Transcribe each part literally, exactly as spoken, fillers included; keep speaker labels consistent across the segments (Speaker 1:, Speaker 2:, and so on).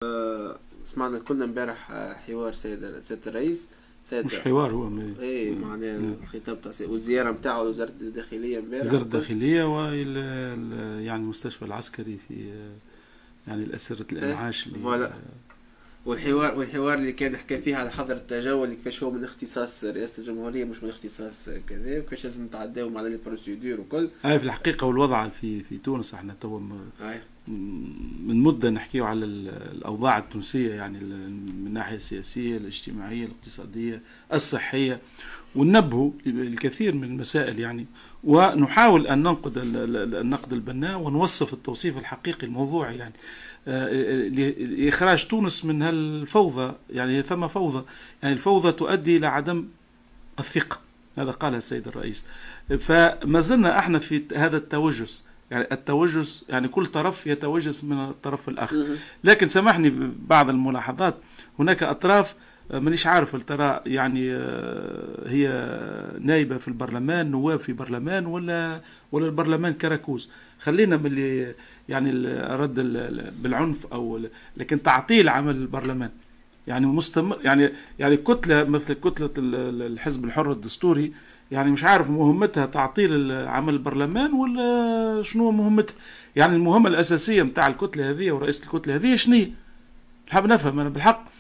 Speaker 1: آه سمعنا كلنا امبارح حوار سيد سيد الرئيس سيد
Speaker 2: مش حوار هو م...
Speaker 1: ايه معناه الخطاب تاع والزياره نتاعو لوزاره الداخليه امبارح
Speaker 2: وزاره الداخليه وال يعني المستشفى العسكري في يعني الاسره الانعاش اللي
Speaker 1: فوالا. والحوار والحوار اللي كان حكى فيه على حظر التجول كيفاش هو من اختصاص رئاسه الجمهوريه مش من اختصاص كذا وكيفاش لازم نتعداو على لي بروسيدور وكل.
Speaker 2: هاي في الحقيقه والوضع في في تونس احنا تو من مده نحكيو على الاوضاع التونسيه يعني من الناحيه السياسيه الاجتماعيه الاقتصاديه الصحيه وننبهوا الكثير من المسائل يعني ونحاول ان ننقد النقد البناء ونوصف التوصيف الحقيقي الموضوعي يعني لإخراج تونس من هالفوضى يعني ثم فوضى يعني الفوضى تؤدي إلى عدم الثقة هذا قالها السيد الرئيس. فما زلنا احنا في هذا التوجس يعني التوجس يعني كل طرف يتوجس من الطرف الآخر. لكن سامحني بعض الملاحظات هناك أطراف مانيش عارف هل ترى يعني هي نائبة في البرلمان نواب في برلمان ولا ولا البرلمان كراكوز. خلينا من اللي يعني الرد بالعنف او لكن تعطيل عمل البرلمان يعني مستمر يعني يعني كتله مثل كتله الحزب الحر الدستوري يعني مش عارف مهمتها تعطيل عمل البرلمان ولا شنو مهمتها يعني المهمه الاساسيه نتاع الكتله هذه ورئيس الكتله هذه شنو نحب نفهم انا بالحق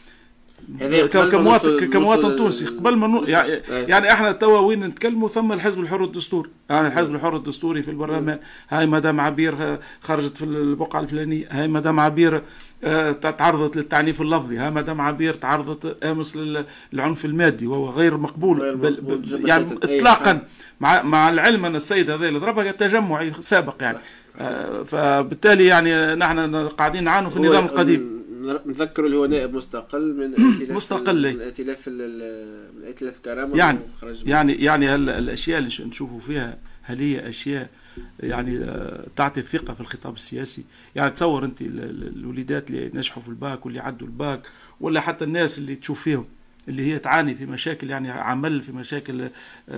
Speaker 2: كمواطن كمواطن تونسي قبل ما يعني, يعني احنا توا وين نتكلموا ثم الحزب الحر الدستوري يعني الحزب الحر الدستوري في البرلمان هاي مدام عبير خرجت في البقعه الفلانيه هاي مدام عبير تعرضت للتعنيف اللفظي ها مدام عبير تعرضت امس للعنف المادي وهو غير مقبول غير مقبول يعني اطلاقا مع مع العلم ان السيد هذا اللي ضربها تجمعي سابق يعني فبالتالي يعني نحن قاعدين نعانوا في النظام القديم.
Speaker 1: نذكر اللي هو نائب مستقل من ائتلاف
Speaker 2: مستقل
Speaker 1: من ائتلاف من ائتلاف كرامه
Speaker 2: يعني يعني يعني الاشياء اللي نشوفوا فيها هل هي اشياء يعني تعطي الثقه في الخطاب السياسي يعني تصور انت الوليدات اللي نجحوا في الباك واللي عدوا الباك ولا حتى الناس اللي تشوف فيهم اللي هي تعاني في مشاكل يعني عمل في مشاكل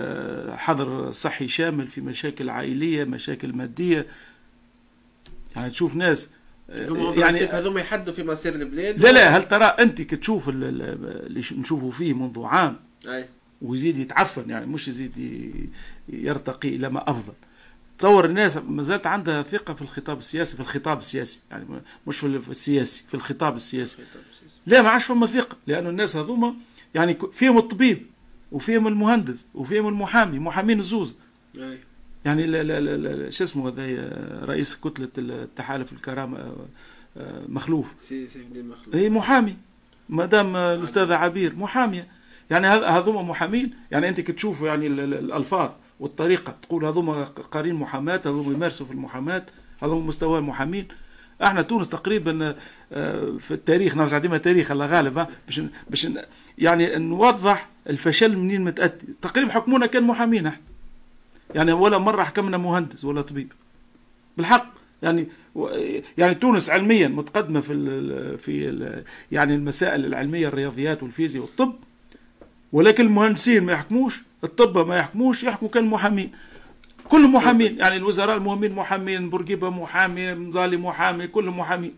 Speaker 2: حظر صحي شامل في مشاكل عائليه مشاكل ماديه يعني تشوف ناس
Speaker 1: يعني هذوما يحدوا في مصير البلاد.
Speaker 2: لا لا هل ترى انت كتشوف اللي نشوفه فيه منذ عام
Speaker 1: أي.
Speaker 2: ويزيد يتعفن يعني مش يزيد يرتقي الى ما افضل. تصور الناس ما زالت عندها ثقه في الخطاب السياسي في الخطاب السياسي يعني مش في السياسي في الخطاب السياسي. لا ما عادش فما ثقه لانه الناس هذوما يعني فيهم الطبيب وفيهم المهندس وفيهم المحامي محامين الزوز.
Speaker 1: أي.
Speaker 2: يعني لا لا لا شو اسمه هذا رئيس كتلة التحالف الكرامة مخلوف
Speaker 1: سيف الدين مخلوف
Speaker 2: هي محامي مدام الأستاذة عبير محامية يعني هذوما محامين يعني أنت كتشوفوا يعني الألفاظ والطريقة تقول هذوما قارين محاماة هذوما يمارسوا في المحاماة هذوما مستوى المحامين. احنا تونس تقريبا في التاريخ نرجع ديما تاريخ الله غالب باش باش يعني نوضح الفشل منين متأتي تقريبا حكمونا كان محامين احنا يعني ولا مرة حكمنا مهندس ولا طبيب بالحق يعني يعني تونس علميا متقدمة في ال في ال يعني المسائل العلمية الرياضيات والفيزياء والطب ولكن المهندسين ما يحكموش الطب ما يحكموش يحكموا كان محامين كلهم محامين يعني الوزراء المهمين محامين بورقيبة محامي مزالي محامي كلهم محامين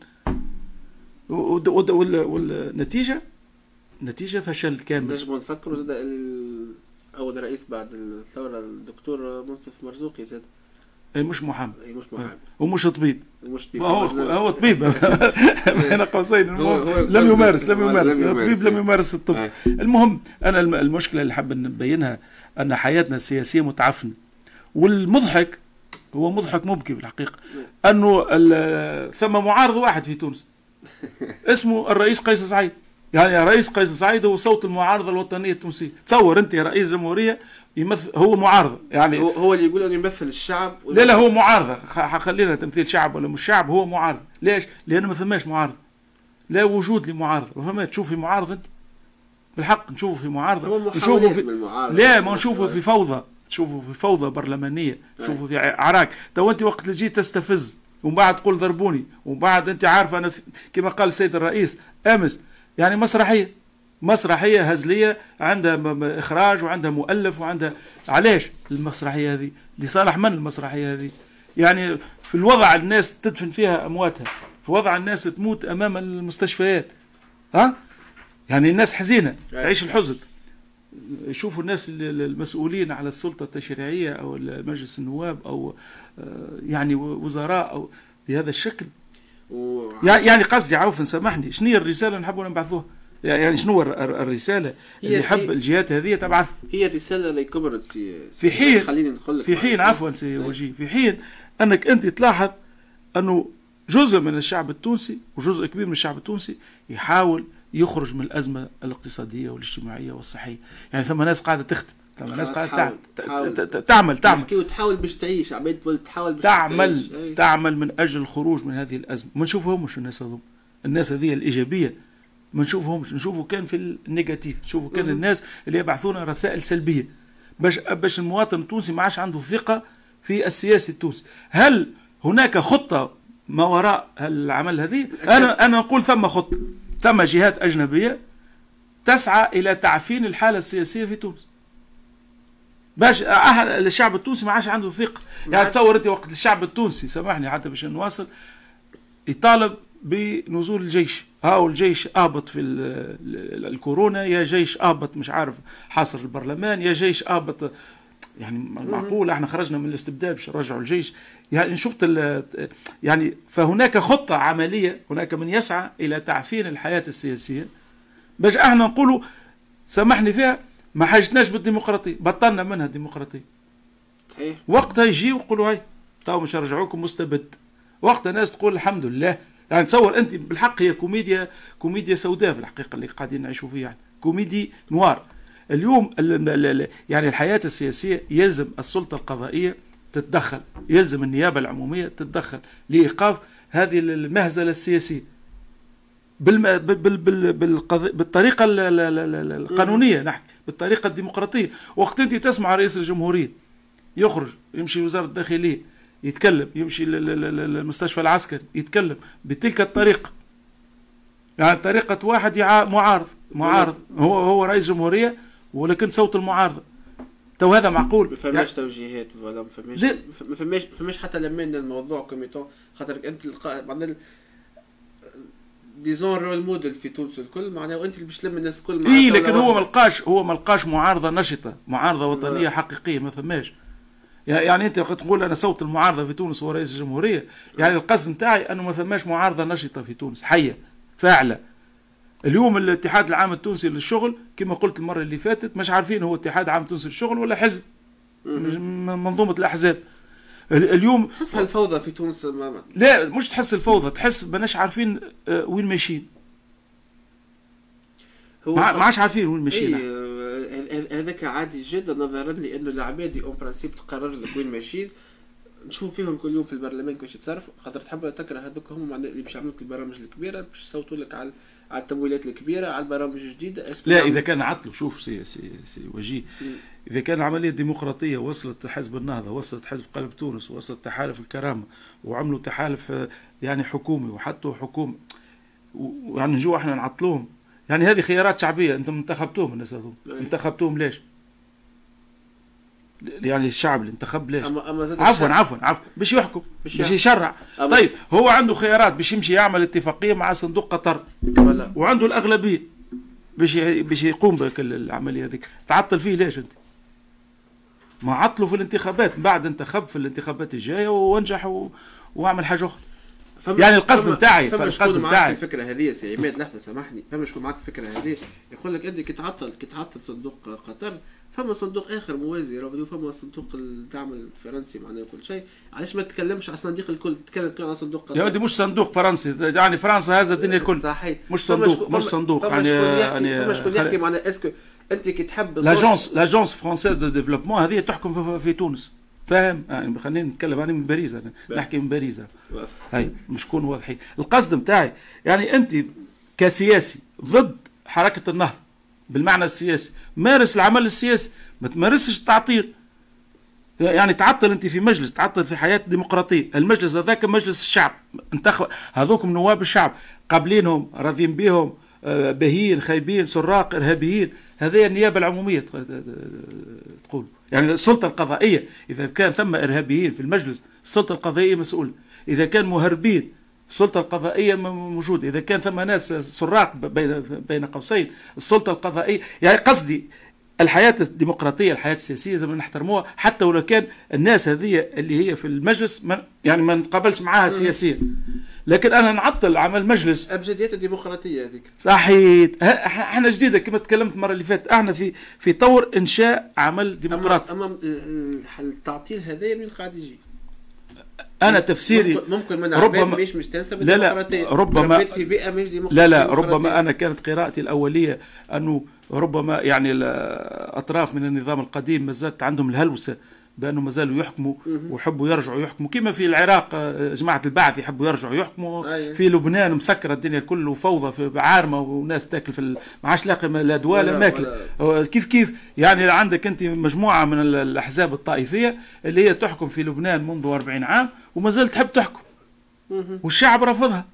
Speaker 2: والنتيجة نتيجة فشل كامل.
Speaker 1: نجم نفكروا زاد أول رئيس بعد الثورة الدكتور منصف مرزوقي زاد
Speaker 2: أي مش محامي
Speaker 1: أي مش محامي
Speaker 2: ومش طبيب
Speaker 1: مش طبيب
Speaker 2: هو هو طبيب بين قوسين لم يمارس لم يمارس طبيب لم يمارس الطب. المهم أنا المشكلة اللي حاب نبينها أن حياتنا السياسية متعفنة والمضحك هو مضحك مبكي بالحقيقة أنه ثم معارض واحد في تونس اسمه الرئيس قيس سعيد يعني يا رئيس قيس سعيد هو صوت المعارضة الوطنية التونسية. تصور أنت يا رئيس جمهورية يمثل هو معارضة يعني
Speaker 1: هو, هو اللي يقول أنه يمثل الشعب
Speaker 2: لا لا هو معارضة خلينا تمثيل شعب ولا مش شعب هو معارضة. ليش؟ لأنه ما ثماش معارضة لا وجود لمعارضة ما فهمت تشوف في معارضة أنت بالحق نشوفه في معارضة نشوفه في لا ما نشوفه في فوضى تشوفوا في فوضى برلمانية تشوفوا في عراك تو أنت وقت اللي جيت تستفز ومن بعد تقول ضربوني ومن بعد أنت عارف أنا كما قال السيد الرئيس أمس يعني مسرحية مسرحية هزلية عندها إخراج وعندها مؤلف وعندها علاش المسرحية هذه لصالح من المسرحية هذه يعني في الوضع الناس تدفن فيها امواتها، في وضع الناس تموت امام المستشفيات، ها يعني الناس حزينه تعيش الحزن. يشوفوا الناس المسؤولين على السلطه التشريعيه او مجلس النواب او يعني وزراء او بهذا الشكل و... يعني قصدي عوف سامحني، شنو هي الرساله اللي نحبوا نبعثوها؟ يعني شنو الرساله اللي يحب الجهات هذه تبعث؟
Speaker 1: هي الرساله اللي كبرت
Speaker 2: في حين
Speaker 1: خليني نقول لك
Speaker 2: في حين عفوا سي وجيه، في حين انك انت تلاحظ انه جزء من الشعب التونسي وجزء كبير من الشعب التونسي يحاول يخرج من الازمه الاقتصاديه والاجتماعيه والصحيه، يعني ثم ناس قاعده تخدم، ثم ناس قاعده تعمل تعمل تعمل
Speaker 1: وتحاول باش تعيش، عباد تحاول باش
Speaker 2: تعمل تعيش. تعمل من اجل الخروج من هذه الازمه. ما نشوفهمش الناس هذوم، الناس هذه الايجابيه ما نشوفهمش، نشوفوا كان في النيجاتيف، نشوفوا كان الناس اللي يبعثون رسائل سلبيه باش باش المواطن التونسي ما عادش عنده ثقه في السياسي التونسي. هل هناك خطه ما وراء العمل هذه؟ انا انا نقول ثم خطه، ثم جهات اجنبيه تسعى الى تعفين الحاله السياسيه في تونس باش الشعب التونسي ما عادش عنده ثقه. يعني تصور انت وقت الشعب التونسي سامحني حتى باش نواصل يطالب بنزول الجيش، هاو الجيش اهبط في الكورونا، يا جيش اهبط مش عارف حاصر البرلمان، يا جيش اهبط، يعني معقول احنا خرجنا من الاستبداد باش نرجعوا الجيش؟ يعني شفت يعني فهناك خطه عمليه، هناك من يسعى الى تعفين الحياه السياسيه باش احنا نقولوا سامحني فيها ما حاجتناش بالديمقراطيه، بطلنا منها الديمقراطيه.
Speaker 1: صحيح.
Speaker 2: وقتها يجي ويقولوا هاي تو مش نرجعوكم مستبد، وقتها الناس تقول الحمد لله. يعني تصور انت بالحق هي كوميديا كوميديا سوداء في الحقيقه اللي قاعدين نعيشوا فيها، يعني كوميدي نوار. اليوم يعني الحياه السياسيه يلزم السلطه القضائيه تتدخل، يلزم النيابه العموميه تتدخل لايقاف هذه المهزله السياسيه بالم... بال... بال... بالقض... بالطريقه القانونيه، نحكي بالطريقه الديمقراطيه. وقت انت تسمع رئيس الجمهوريه يخرج يمشي وزاره الداخليه يتكلم، يمشي للمستشفى العسكري يتكلم بتلك الطريقه، يعني طريقه واحد معارض معارض هو هو رئيس جمهوريه ولكن صوت المعارضه. تو هذا معقول؟
Speaker 1: ما فماش توجيهات ولا ما فماش ما فماش فماش حتى لمينا الموضوع كوميتون، خاطرك انت بعدين ديزون رول موديل في تونس الكل معناه، وانت اللي باش تلم الناس الكل معاك.
Speaker 2: اي لكن هو ما لقاش هو ما لقاش معارضه نشطه، معارضه وطنيه حقيقيه، ما فماش. يعني انت وقت تقول انا صوت المعارضه في تونس هو رئيس الجمهوريه، يعني القصد نتاعي انه ما فماش معارضه نشطه في تونس حيه فاعله. اليوم الاتحاد العام التونسي للشغل كما قلت المره اللي فاتت مش عارفين هو اتحاد عام تونسي للشغل ولا حزب منظومه الاحزاب. اليوم
Speaker 1: تحس الفوضى في تونس. ما
Speaker 2: لا مش تحس الفوضى، تحس ماناش عارفين وين ماشيين، ما عادش عارفين وين ماشيين.
Speaker 1: ايه هذاك عادي جدا نظرا لانه العباد اون برانسيب تقرر لك وين ماشيين. نشوف فيهم كل يوم في البرلمان كيفاش يتصرفوا، خاطر تحب تكره هذوك هم معناها اللي باش يعملوا لك البرامج الكبيره باش يصوتوا لك على على التمويلات الكبيره على البرامج الجديده.
Speaker 2: لا اذا كان عطلوا شوف سي سي, سي وجيه، اذا كان عمليه ديمقراطيه وصلت حزب النهضه، وصلت حزب قلب تونس، وصلت تحالف الكرامه، وعملوا تحالف يعني حكومي وحطوا حكومه، ويعني نجوا احنا نعطلوهم، يعني هذه خيارات شعبيه. انتم انتخبتوهم الناس هذوم، انتخبتوهم ليش؟ يعني الشعب اللي انتخب ليش؟
Speaker 1: أما أما
Speaker 2: عفوا عفوا عفوا باش يحكم باش يشرع. طيب هو عنده خيارات باش يمشي يعمل اتفاقيه مع صندوق قطر ولا. وعنده الاغلبيه باش باش يقوم بك العمليه هذيك، تعطل فيه ليش انت؟ ما عطلوا في الانتخابات، بعد انتخب في الانتخابات الجايه وانجح و... واعمل حاجه اخرى. يعني القصد نتاعي
Speaker 1: فالقصد نتاعي الفكره هذه سي عماد لحظه سامحني، فما شكون معك الفكره هذه يقول لك انت كي تعطل كي تعطل صندوق قطر فما صندوق اخر موازي، راه فما صندوق الدعم الفرنسي معناه كل شيء، علاش ما تتكلمش على الصناديق الكل، تتكلم كان على صندوق قطر؟
Speaker 2: يا ودي مش صندوق فرنسي، يعني فرنسا هذا الدنيا الكل
Speaker 1: صحيح،
Speaker 2: مش صندوق مش صندوق.
Speaker 1: يعني يعني فما شكون يحكي معناه اسكو انت كي تحب
Speaker 2: لاجونس لاجونس فرونسيز دو ديفلوبمون هذه تحكم في, في تونس، فاهم؟ يعني خلينا نتكلم انا من باريس، انا نحكي من باريس هاي مش كون واضحين. القصد نتاعي يعني انت كسياسي ضد حركه النهضه بالمعنى السياسي، مارس العمل السياسي، ما تمارسش التعطيل. يعني تعطل انت في مجلس، تعطل في حياه ديمقراطيه، المجلس هذاك مجلس الشعب، انتخب هذوكم نواب الشعب، قابلينهم راضيين بهم، باهيين خايبين سراق ارهابيين، هذه النيابه العموميه تقول. يعني السلطة القضائية إذا كان ثم إرهابيين في المجلس السلطة القضائية مسؤولة، إذا كان مهربين السلطة القضائية موجودة، إذا كان ثم ناس سراق بين بين قوسين السلطة القضائية. يعني قصدي الحياة الديمقراطية الحياة السياسية زي ما نحترموها، حتى ولو كان الناس هذه اللي هي في المجلس ما يعني ما نتقابلش معاها سياسيا، لكن أنا نعطل عمل مجلس
Speaker 1: أبجديات الديمقراطية هذيك.
Speaker 2: صحيح، احنا جديدة كما تكلمت المرة اللي فاتت، احنا في في طور إنشاء عمل ديمقراطي.
Speaker 1: أما, أما التعطيل هذا من قاعد يجي؟
Speaker 2: أنا تفسيري
Speaker 1: ممكن, ممكن من
Speaker 2: ربما
Speaker 1: مش مستنسب
Speaker 2: لا لا ربما
Speaker 1: في بيئة مش ديمقراطية.
Speaker 2: لا لا ربما أنا كانت قراءتي الأولية أنه ربما يعني الأطراف من النظام القديم ما زالت عندهم الهلوسة بأنه ما زالوا يحكموا ويحبوا يرجعوا يحكموا، كما في العراق جماعة البعث يحبوا يرجعوا يحكموا. أيه. في لبنان مسكرة الدنيا كله فوضى في عارمة وناس تاكل في ال... ما عادش لاقي لا دواء لا ماكل. كيف كيف يعني عندك أنت مجموعة من الأحزاب الطائفية اللي هي تحكم في لبنان منذ أربعين عام وما زالت تحب تحكم والشعب رفضها.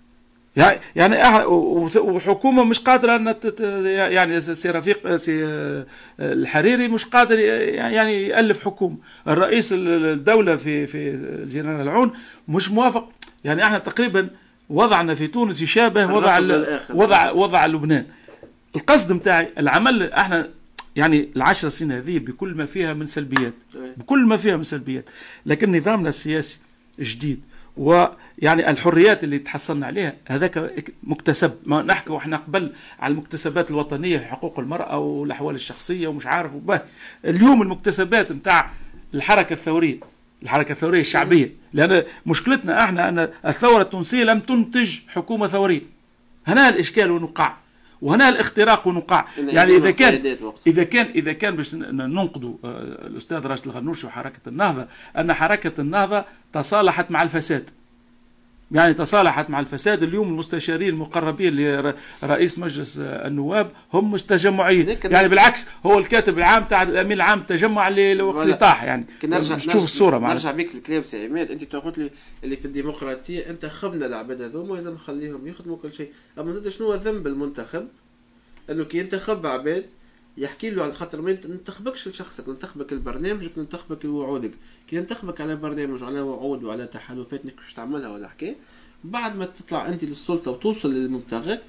Speaker 2: يعني وحكومة مش قادرة أن يعني سي رفيق سي الحريري مش قادر يعني يألف حكومة. الرئيس الدولة في في الجنرال العون مش موافق. يعني احنا تقريبا وضعنا في تونس يشابه وضع وضع وضع لبنان. القصد متاعي العمل احنا يعني العشر سنين هذه بكل ما فيها من سلبيات بكل ما فيها من سلبيات، لكن نظامنا السياسي جديد ويعني الحريات اللي تحصلنا عليها هذاك مكتسب. ما نحكي واحنا قبل على المكتسبات الوطنيه حقوق المراه والاحوال الشخصيه ومش عارف وباه. اليوم المكتسبات نتاع الحركه الثوريه الحركه الثوريه الشعبيه، لان مشكلتنا احنا ان الثوره التونسيه لم تنتج حكومه ثوريه. هنا الاشكال ونقع وهنا الاختراق ونقع. يعني اذا كان اذا كان اذا كان باش ننقدوا الاستاذ راشد الغنوشي وحركه النهضه ان حركه النهضه تصالحت مع الفساد، يعني تصالحت مع الفساد. اليوم المستشارين المقربين لرئيس مجلس النواب هم مش تجمعيين، يعني بالعكس هو الكاتب العام تاع الامين العام تجمع لوقت اللي طاح. يعني نشوف الصوره معنا.
Speaker 1: نرجع بيك الكلام سي عماد، انت تقول لي اللي في الديمقراطيه انت خبنا العباد هذوما لازم نخليهم يخدموا كل شيء. اما زاد شنو ذنب المنتخب انه كي ينتخب عباد يحكي له على خاطر ما ننتخبكش لشخصك، ننتخبك لبرنامجك، ننتخبك لوعودك. كي ننتخبك على برنامج وعلى وعود وعلى تحالفات انك باش تعملها ولا حكايه، بعد ما تطلع انت للسلطه وتوصل للمبتغى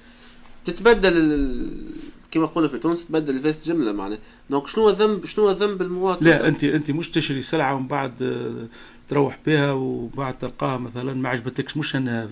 Speaker 1: تتبدل كما قلنا في تونس تتبدل الفاست جمله معناها. دونك شنو ذنب شنو ذنب المواطن؟
Speaker 2: لا انت انت مش تشري سلعه ومن بعد تروح بها وبعد تلقاها مثلا ما عجبتكش، مش انها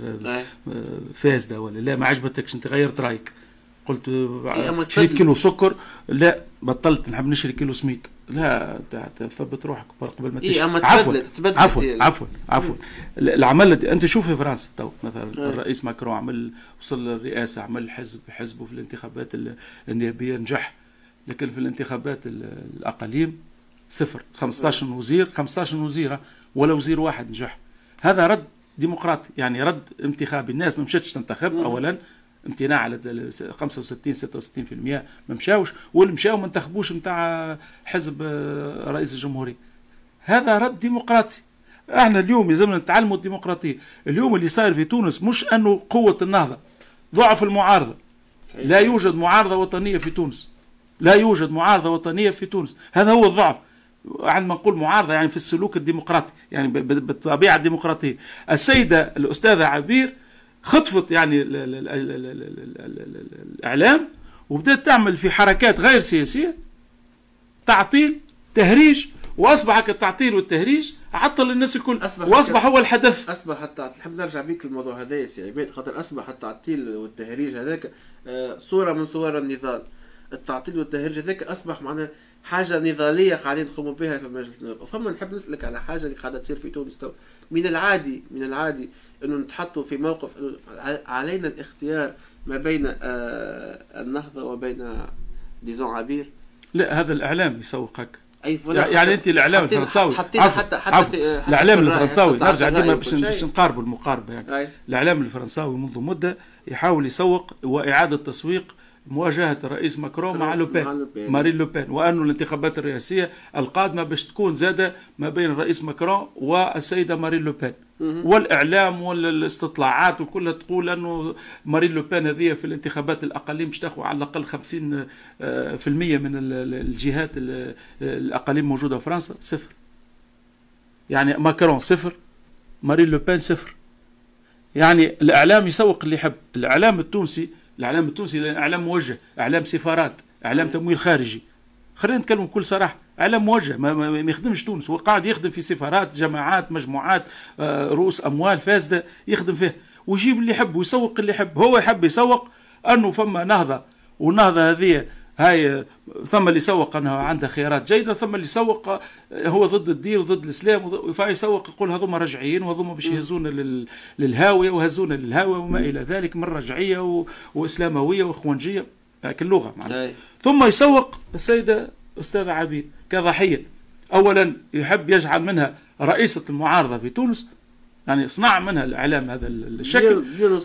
Speaker 2: فاسده ولا لا ما عجبتكش انت غيرت رايك قلت شريت كيلو سكر لا بطلت نحب نشري كيلو سميد، لا تثبت روحك قبل ما تشري.
Speaker 1: إيه
Speaker 2: عفوا
Speaker 1: تتبدل
Speaker 2: عفوا عفوا عفوا العمل انت شوف في فرنسا تو مثلا الرئيس ماكرون عمل وصل للرئاسه عمل حزب حزبه في الانتخابات النيابيه نجح، لكن في الانتخابات الاقاليم صفر. خمسة عشر وزير خمسة عشر وزيره ولا وزير واحد نجح. هذا رد ديمقراطي، يعني رد انتخابي. الناس ما مشاتش تنتخب اولا امتناع على خمسة وستين ستة وستين بالمئة ما مشاوش، واللي مشاو ما انتخبوش نتاع حزب رئيس الجمهورية. هذا رد ديمقراطي. احنا اليوم يلزمنا نتعلموا الديمقراطية. اليوم اللي صاير في تونس مش انه قوة النهضة، ضعف المعارضة. لا يوجد معارضة وطنية في تونس، لا يوجد معارضة وطنية في تونس، هذا هو الضعف. عندما نقول معارضة يعني في السلوك الديمقراطي، يعني بالطبيعة الديمقراطية. السيدة الأستاذة عبير خطفت يعني ال ال ال ال ال ال ال ال الإعلام وبدأت تعمل في حركات غير سياسية تعطيل تهريج، وأصبح التعطيل والتهريج عطل الناس الكل وأصبح هو الحدث.
Speaker 1: أصبح التعطيل. نحب نرجع بيك للموضوع هذا يا سي عباد، خاطر أصبح التعطيل والتهريج هذاك صورة من صور النضال. التعطيل والتهريج هذاك أصبح معنا حاجة نضالية قاعدين نقوموا بها في مجلس النواب. وفما نحب نسألك على حاجة اللي قاعدة تصير في تونس تو. من العادي من العادي إنه نتحطوا في موقف إنه علينا الاختيار ما بين آه النهضة وبين ديزون عبير.
Speaker 2: لا هذا الإعلام يسوقك.
Speaker 1: أي
Speaker 2: يعني أنت الإعلام الفرنساوي
Speaker 1: حتى حتى, حتى في
Speaker 2: الإعلام الفرنساوي نرجع ديما باش باش نقاربوا المقاربة. يعني
Speaker 1: أي.
Speaker 2: الإعلام الفرنساوي منذ مدة يحاول يسوق وإعادة تسويق مواجهة الرئيس ماكرون مع لوبين مارين لوبين، وأنه الانتخابات الرئاسية القادمة باش تكون زادة ما بين الرئيس ماكرون والسيدة مارين لوبين. والاعلام والاستطلاعات وكلها تقول انه مارين لوبان هذه في الانتخابات الاقاليم باش تاخذ على الاقل خمسين في المية من الجهات الاقاليم موجوده في فرنسا. صفر. يعني ماكرون صفر، مارين لوبان صفر. يعني الاعلام يسوق اللي يحب. الاعلام التونسي الاعلام التونسي اعلام موجه، اعلام سفارات، اعلام تمويل خارجي. خلينا نتكلم بكل صراحه، اعلام موجه ما, ما, ما يخدمش تونس، هو قاعد يخدم في سفارات، جماعات، مجموعات، آه، رؤوس اموال فاسده يخدم فيه ويجيب اللي يحب ويسوق اللي يحب. هو يحب يسوق انه فما نهضه، والنهضه هذه هاي ثم اللي يسوق انه عنده خيارات جيده، ثم اللي يسوق هو ضد الدين وضد الاسلام، فيسوق يقول هذوما رجعيين وهذوما باش يهزونا للهاويه وهزونا للهاويه وما الى ذلك من رجعيه واسلامويه واخوانجيه، لكن اللغه معناها. ثم يسوق السيده استاذه عبير كضحيه. اولا يحب يجعل منها رئيسه المعارضه في تونس، يعني صنع منها الاعلام هذا الشكل،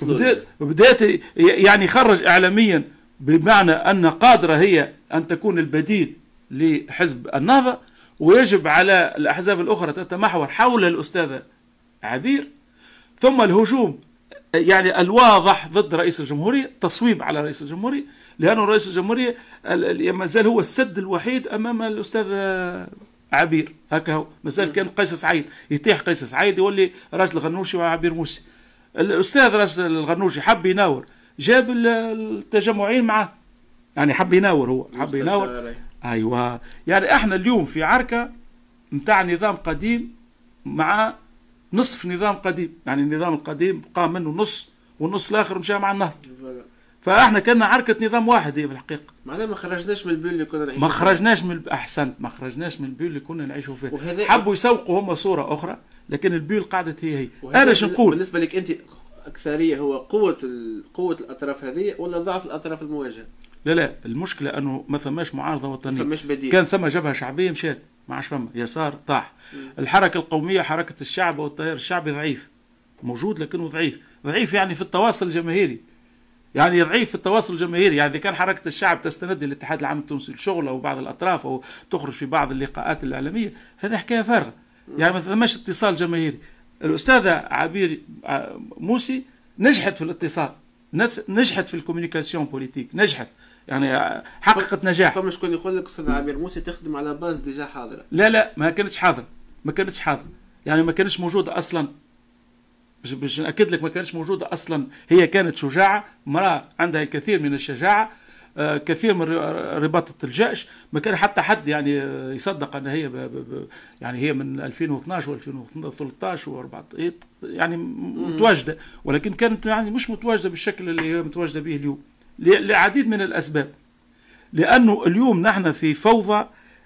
Speaker 2: وبدات يعني يخرج اعلاميا بمعنى أن قادرة هي أن تكون البديل لحزب النهضة، ويجب على الأحزاب الأخرى تتمحور حول الأستاذة عبير. ثم الهجوم يعني الواضح ضد رئيس الجمهورية، تصويب على رئيس الجمهورية، لأنه رئيس الجمهورية ما زال هو السد الوحيد أمام الأستاذة عبير. هكا هو ما زال. كان قيس سعيد يتيح قيس سعيد يولي راجل الغنوشي وعبير موسي. الأستاذ راجل الغنوشي حب يناور، جاب التجمعين معه، يعني حب يناور، هو حب يناور. ايوه، يعني احنا اليوم في عركه نتاع نظام قديم مع نصف نظام قديم، يعني النظام القديم قام منه نص والنص الاخر مشى مع النهضه، فاحنا كنا عركه نظام واحد هي بالحقيقه.
Speaker 1: معناها ما خرجناش من البيول اللي كنا نعيشوا
Speaker 2: ما خرجناش من احسنت ما خرجناش من البيول اللي كنا نعيشوا فيه. حبوا يسوقوا هم صوره اخرى، لكن البيول قعدت هي هي. انا شو نقول
Speaker 1: بالنسبه لك انت؟ أكثرية هو قوة قوة الأطراف هذه ولا ضعف الأطراف المواجهة؟
Speaker 2: لا لا، المشكلة أنه ما ثماش معارضة وطنية،
Speaker 1: فماش بديل.
Speaker 2: كان ثم جبهة شعبية مشات ما عادش فما، يسار طاح. م. الحركة القومية حركة الشعب والتيار الشعبي ضعيف، موجود لكنه ضعيف، ضعيف يعني في التواصل الجماهيري، يعني ضعيف في التواصل الجماهيري. يعني إذا كان حركة الشعب تستند للاتحاد العام التونسي للشغل أو بعض الأطراف أو تخرج في بعض اللقاءات الإعلامية، هذا حكاية فارغة، يعني ما ثماش اتصال جماهيري. الأستاذة عبير موسي نجحت في الاتصال، نجحت في الكوميونيكاسيون بوليتيك، نجحت يعني حققت نجاح.
Speaker 1: فما شكون يقول لك استاذ عبير موسى تخدم على باز ديجا حاضره؟
Speaker 2: لا لا، ما كانتش حاضره، ما كانتش حاضره، يعني ما كانتش موجوده اصلا. باش باش ناكد لك ما كانتش موجوده اصلا. هي كانت شجاعه، امراه عندها الكثير من الشجاعه، آه كثير من رباطه الجأش. ما كان حتى حد يعني يصدق ان هي ب ب يعني هي من ألفين واثناش و2013 و14 يعني متواجده، ولكن كانت يعني مش متواجده بالشكل اللي هي متواجده به اليوم لعديد من الاسباب. لانه اليوم نحن في فوضى،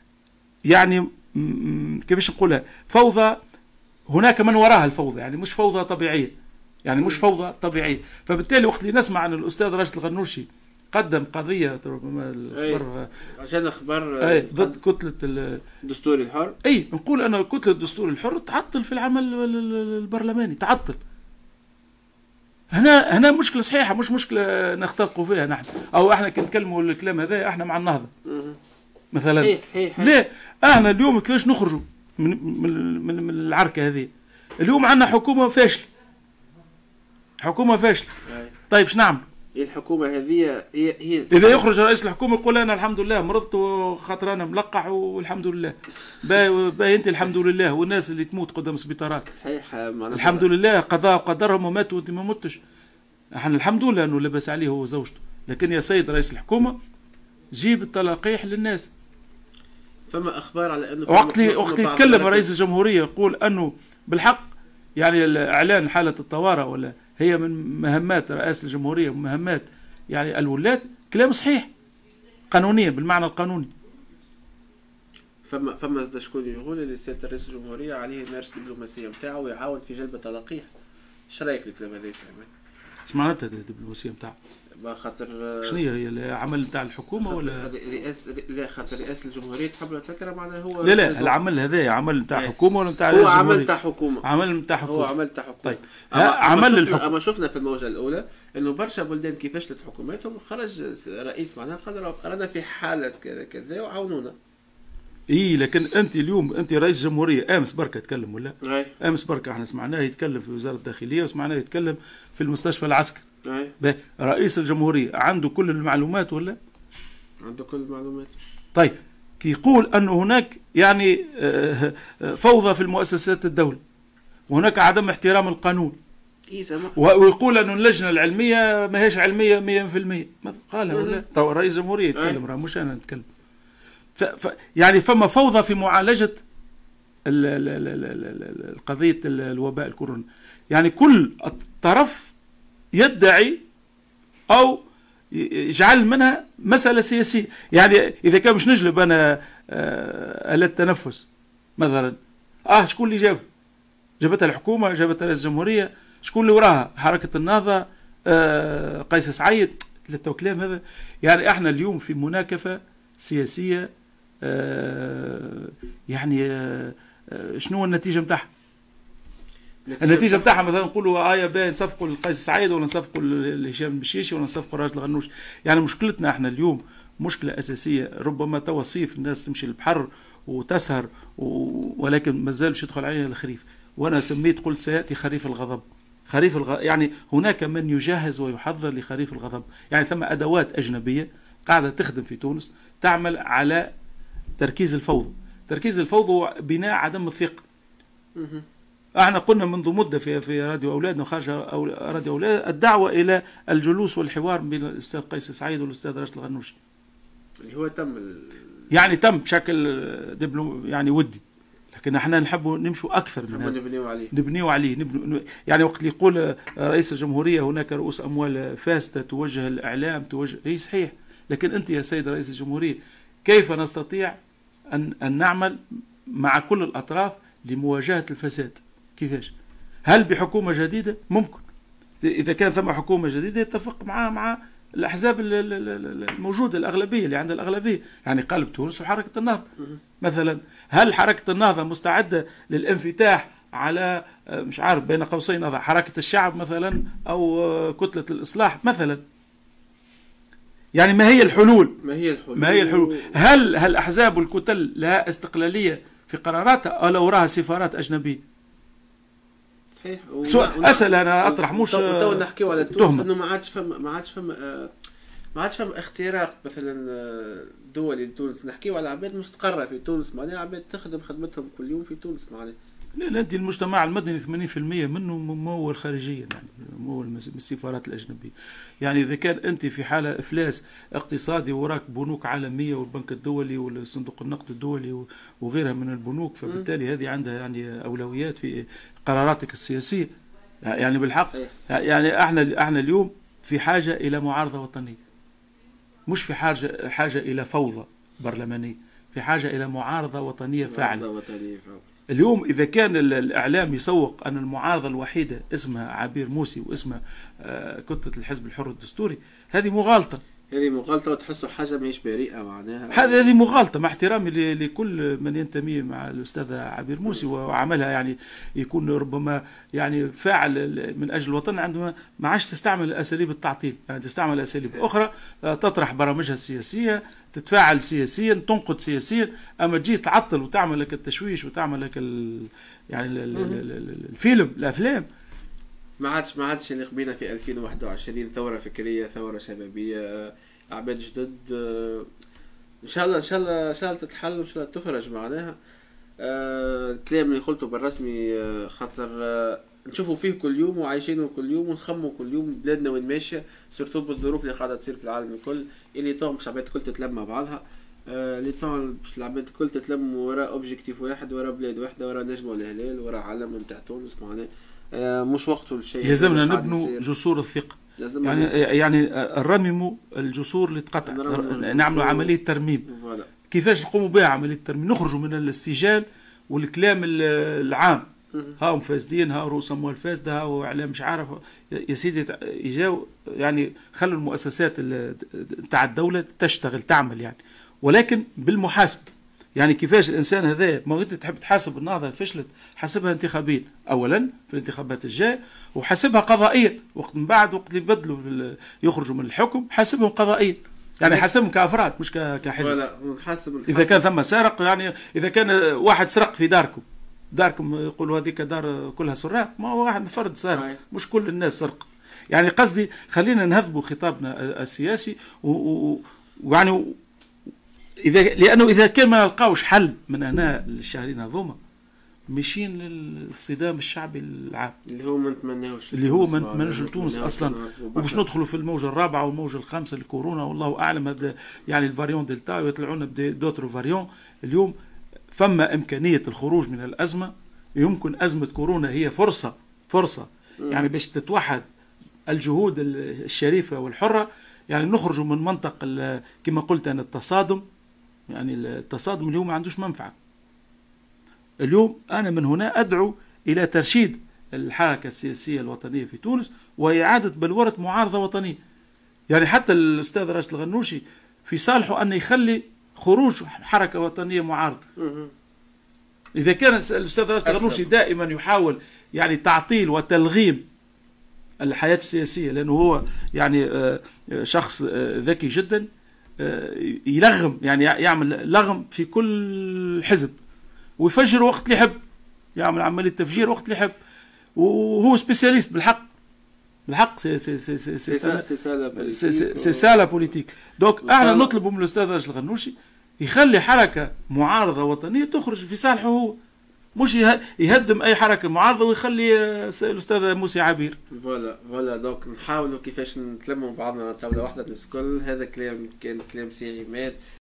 Speaker 2: يعني كيفاش نقولها، فوضى هناك من وراها الفوضى، يعني مش فوضى طبيعيه، يعني مش فوضى طبيعيه. فبالتالي وقت اللي نسمع ان الاستاذ راشد الغنوشي قدم قضيه ربما
Speaker 1: الخبر عشان اخبار
Speaker 2: اي ضد كتله
Speaker 1: الدستور الحر،
Speaker 2: اي نقول انا كتله الدستور الحر تعطل في العمل البرلماني، تعطل. هنا هنا مشكله صحيحه، مش مشكله نختلقوا فيها نحن، او احنا كنتكلموا الكلام هذا احنا مع النهضه مثلا.
Speaker 1: صحيح صحيح.
Speaker 2: ليه احنا اليوم كيفاش نخرجوا من من من, من العركه هذه؟ اليوم عندنا حكومه فاشله، حكومه فاشله. طيب ايش نعمل؟
Speaker 1: الحكومه هذه هي هي
Speaker 2: اذا يخرج رئيس الحكومه يقول انا الحمد لله مرضت وخاطر انا ملقح والحمد لله، باهي انت الحمد لله، والناس اللي تموت قدام السبيطارات
Speaker 1: صحيح
Speaker 2: الحمد لله قضاء وقدرهم وماتوا وانت ما متش، احنا الحمد لله انه لبس عليه هو وزوجته. لكن يا سيد رئيس الحكومه جيب التلقيح للناس.
Speaker 1: فما اخبار على انه
Speaker 2: وقت لي وقت يتكلم رئيس الجمهوريه يقول انه بالحق يعني اعلان حاله الطوارئ ولا هي من مهمات رئاسة الجمهورية ومهمات يعني الولاة، كلام صحيح قانونيا بالمعنى القانوني.
Speaker 1: فما فما زاد شكون يقول اللي سيادة رئيس الجمهورية عليه يمارس الدبلوماسية نتاعو ويعاون في جلب تلقيح. ايش رايك الكلام هذا؟
Speaker 2: ايش معناتها الدبلوماسية نتاعو؟
Speaker 1: ما خاطر
Speaker 2: شنو هي العمل نتاع الحكومه ولا
Speaker 1: رئاسه؟ لا خاطر رئاسه الجمهوريه تحب تذكر معناها هو
Speaker 2: لا لا العمل هذا عمل نتاع حكومه ولا نتاع
Speaker 1: هو عمل نتاع حكومه؟
Speaker 2: عمل نتاع حكومه.
Speaker 1: هو عمل نتاع حكومه.
Speaker 2: طيب
Speaker 1: أما
Speaker 2: عمل
Speaker 1: الحكومه. اما شفنا في الموجه الاولى انه برشا بلدان كيف فشلت حكوماتهم خرج رئيس معناها قال رانا في حاله كذا كذا وعاونونا.
Speaker 2: اي لكن انت اليوم انت رئيس جمهوريه، امس بركه تكلم ولا؟
Speaker 1: أي.
Speaker 2: امس بركه احنا سمعناه يتكلم في وزاره الداخليه وسمعناه يتكلم في المستشفى العسكري.
Speaker 1: أي.
Speaker 2: رئيس الجمهوريه عنده كل المعلومات ولا؟
Speaker 1: عنده كل المعلومات.
Speaker 2: طيب كي يقول أن هناك يعني فوضى في المؤسسات الدولة وهناك عدم احترام القانون، ويقول أن اللجنة العلمية ما هيش علمية مية في المية، قالها ولا؟ طيب رئيس الجمهورية يتكلم، راه مش أنا نتكلم. ف ف يعني فما فوضى في معالجة القضية الوباء الكورونا. يعني كل طرف يدعي أو يجعل منها مسألة سياسية. يعني إذا كان مش نجلب أنا آلة التنفس مثلا، آه شكون اللي جاب؟ جابتها الحكومة، جابتها رئيس الجمهورية، شكون اللي وراها؟ حركة النهضة، آه قيس سعيد، ثلاثة كلام هذا. يعني احنا اليوم في مناكفة سياسية، آه يعني آه شنو النتيجة متاعها؟ النتيجه بتاعها مثلا نقولوا ايه باين نصفقوا للقيس سعيد ولا نصفقوا لهشام البشيشي ولا نصفقوا راجل الغنوش. يعني مشكلتنا احنا اليوم مشكله اساسيه، ربما توصيف الناس تمشي للبحر وتسهر و... ولكن ما زال باش يدخل علينا الخريف. وانا سميت قلت سياتي خريف الغضب. خريف الغ... يعني هناك من يجهز ويحضر لخريف الغضب. يعني ثم ادوات اجنبيه قاعده تخدم في تونس تعمل على تركيز الفوضى. تركيز الفوضى بناء عدم الثقه. احنا قلنا منذ مده في في راديو اولادنا وخارج راديو اولاد الدعوه الى الجلوس والحوار بين الاستاذ قيس سعيد والاستاذ راشد الغنوشي،
Speaker 1: اللي هو تم ال...
Speaker 2: يعني تم بشكل دبلو يعني ودي، لكن احنا نحب نمشوا اكثر من هذا،
Speaker 1: نبنيو عليه
Speaker 2: نبنيو عليه نبنيو. يعني وقت اللي يقول رئيس الجمهوريه هناك رؤوس اموال فاسده توجه الاعلام توجه، هي صحيح، لكن انت يا سيد رئيس الجمهوريه كيف نستطيع ان ان نعمل مع كل الاطراف لمواجهه الفساد؟ كيفاش؟ هل بحكومة جديدة؟ ممكن. إذا كان ثم حكومة جديدة يتفق مع مع الأحزاب الموجودة الأغلبية اللي عندها الأغلبية، يعني قلب تونس وحركة النهضة مثلا. هل حركة النهضة مستعدة للانفتاح على مش عارف بين قوسين حركة الشعب مثلا أو كتلة الإصلاح مثلا؟ يعني ما هي الحلول؟
Speaker 1: ما هي الحلول؟
Speaker 2: ما هي الحلول؟ هل هل الأحزاب والكتل لها استقلالية في قراراتها أو لو وراها سفارات أجنبية؟
Speaker 1: صحيح.
Speaker 2: سؤال اسال انا اطرح مش
Speaker 1: تو نحكيو على تونس انه ما عادش فما ما عادش فما ما عادش فما اختراق مثلا دولي لتونس. نحكيو على عباد مستقره في تونس، معناها عباد تخدم خدمتهم كل يوم في تونس معناها.
Speaker 2: لا لا انت المجتمع المدني ثمانين بالمئة منه ممول خارجيا، يعني ممول من السفارات الاجنبيه. يعني اذا كان انت في حاله افلاس اقتصادي وراك بنوك عالميه والبنك الدولي والصندوق النقد الدولي وغيرها من البنوك، فبالتالي هذه عندها يعني اولويات في قراراتك السياسيه. يعني بالحق صحيح صحيح. يعني احنا احنا اليوم في حاجه الى معارضه وطنيه، مش في حاجه حاجه الى فوضى برلمانيه، في حاجه الى معارضه وطنيه فاعله. اليوم إذا كان الإعلام يسوق أن المعارضة الوحيدة اسمها عبير موسي واسمها كتلة الحزب الحر الدستوري، هذه مغالطة.
Speaker 1: هذه مغالطة وتحسوا حاجة ماهيش بريئة معناها.
Speaker 2: هذه هذه مغالطة، مع احترامي لكل من ينتمي مع الأستاذة عبير موسي وعملها يعني يكون ربما يعني فاعل من أجل الوطن، عندما ما عادش تستعمل أساليب التعطيل، يعني تستعمل أساليب أخرى، تطرح برامجها السياسية، تتفاعل سياسيا، تنقد سياسيا. أما تجي تعطل وتعمل لك التشويش وتعمل لك ال يعني ال ال الفيلم الأفلام،
Speaker 1: ما عادش ما عادش اللي قبينا في ألفين وواحد وعشرين ثورة فكرية، ثورة شبابية، عباد جدد. ان شاء الله ان شاء الله ان شاء الله تتحل وان شاء الله تفرج معناها. آه الكلام اللي قلته بالرسمي، آه خاطر آه نشوفوا فيه كل يوم وعايشينه كل يوم ونخموا كل يوم بلادنا وين ماشيه، سورتو بالظروف اللي قاعده تصير في العالم الكل. اللي طون باش العباد الكل تتلم مع بعضها، آه اللي طون باش العباد الكل تتلم وراء اوبجيكتيف واحد، وراء بلاد واحده، وراء نجم والهلال، وراء علم نتاع تونس معناها. آه مش وقته الشيء.
Speaker 2: لازمنا نبنوا جسور الثقه، يعني يعني نرمموا الجسور اللي تقطع، نعملوا عمليه ترميم. كيفاش نقوموا بها عمليه الترميم؟ نخرجوا من السجال والكلام العام، هاهم فاسدين، ها رؤوس اموال فاسده، ها اعلام مش عارف يا سيدي. يجاو يعني خلوا المؤسسات تاع الدوله تشتغل تعمل يعني، ولكن بالمحاسبه. يعني كيفاش الانسان هذا ما انت تحب تحاسب النهضه فشلت، حاسبها انتخابيا اولا في الانتخابات الجايه، وحاسبها قضائيا وقت من بعد، وقت اللي يبدلوا يخرجوا من الحكم حاسبهم قضائيا. يعني حاسبهم كافراد مش كحزب.
Speaker 1: ولا نحاسب
Speaker 2: اذا كان ثم سارق، يعني اذا كان واحد سرق في داركم داركم يقولوا هذيك دار كلها سراق، ما هو واحد فرد سارق، مش كل الناس سرق. يعني قصدي خلينا نهذبوا خطابنا السياسي ويعني اذا لانه اذا كان ما نلقاوش حل من هنا للشهرين هذوما ماشيين للصدام الشعبي العام
Speaker 1: اللي هو ما نتمناهوش،
Speaker 2: اللي هو ما نتمناش لتونس اصلا، وباش ندخلوا في الموجه الرابعه والموجه الخامسه للكورونا والله اعلم. هذا يعني الفاريون دلتا ويطلعون بدوتر فاريون. اليوم فما امكانيه الخروج من الازمه، يمكن ازمه كورونا هي فرصه فرصه يعني باش تتوحد الجهود الشريفه والحره، يعني نخرجوا من منطق كما قلت انا التصادم. يعني التصادم اليوم ما عندوش منفعه. اليوم أنا من هنا أدعو إلى ترشيد الحركة السياسية الوطنية في تونس وإعادة بلورة معارضة وطنية. يعني حتى الأستاذ راشد الغنوشي في صالحه أن يخلي خروج حركة وطنية معارضة. إذا كان الأستاذ راشد الغنوشي دائما يحاول يعني تعطيل وتلغيم الحياة السياسية، لأنه هو يعني شخص ذكي جدا يلغم، يعني يعمل لغم في كل حزب ويفجر وقت اللي يحب، يعمل عملية تفجير وقت اللي يحب، وهو سبيسياليست بالحق بالحق سي سي سي سي سي سي سالا بوليتيك. دونك احنا نطلب من الاستاذ راشد الغنوشي يخلي حركة معارضة وطنية تخرج في صالحه هو، مش يهدم اي حركة معارضة ويخلي الاستاذ موسى عبير.
Speaker 1: فوالا فوالا دونك نحاولوا كيفاش نتلموا بعضنا على طاولة واحدة الناس الكل. هذا كلام كان كلام سي عماد